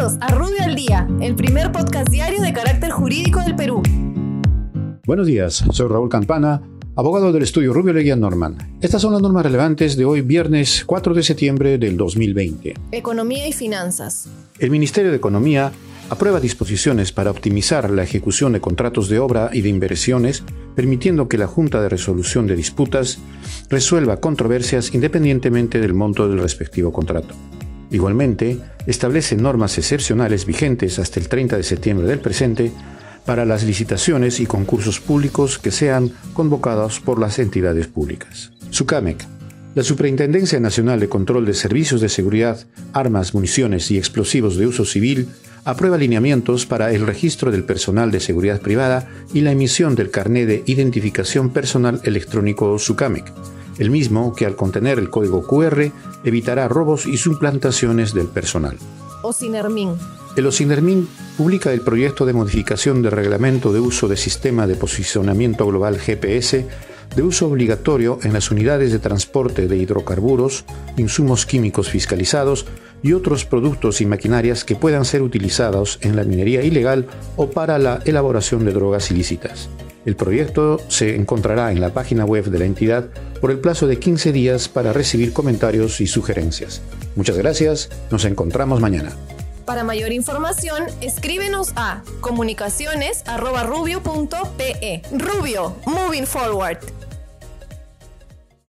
Bienvenidos a Rubio al Día, el primer podcast diario de carácter jurídico del Perú. Buenos días, soy Raúl Campana, abogado del estudio Rubio Leguía Norman. Estas son las normas relevantes de hoy, viernes 4 de septiembre del 2020. Economía y finanzas. El Ministerio de Economía aprueba disposiciones para optimizar la ejecución de contratos de obra y de inversiones, permitiendo que la Junta de Resolución de Disputas resuelva controversias independientemente del monto del respectivo contrato. Igualmente, establece normas excepcionales vigentes hasta el 30 de septiembre del presente para las licitaciones y concursos públicos que sean convocados por las entidades públicas. SUCAMEC. La Superintendencia Nacional de Control de Servicios de Seguridad, Armas, Municiones y Explosivos de Uso Civil aprueba lineamientos para el registro del personal de seguridad privada y la emisión del carné de identificación personal electrónico SUCAMEC, el mismo que al contener el código QR evitará robos y suplantaciones del personal. OSINERMIN. El OSINERMIN publica el proyecto de modificación del Reglamento de Uso de Sistema de Posicionamiento Global GPS de uso obligatorio en las unidades de transporte de hidrocarburos, insumos químicos fiscalizados y otros productos y maquinarias que puedan ser utilizados en la minería ilegal o para la elaboración de drogas ilícitas. El proyecto se encontrará en la página web de la entidad por el plazo de 15 días para recibir comentarios y sugerencias. Muchas gracias, nos encontramos mañana. Para mayor información, escríbenos a comunicaciones@rubio.pe. Rubio, moving forward.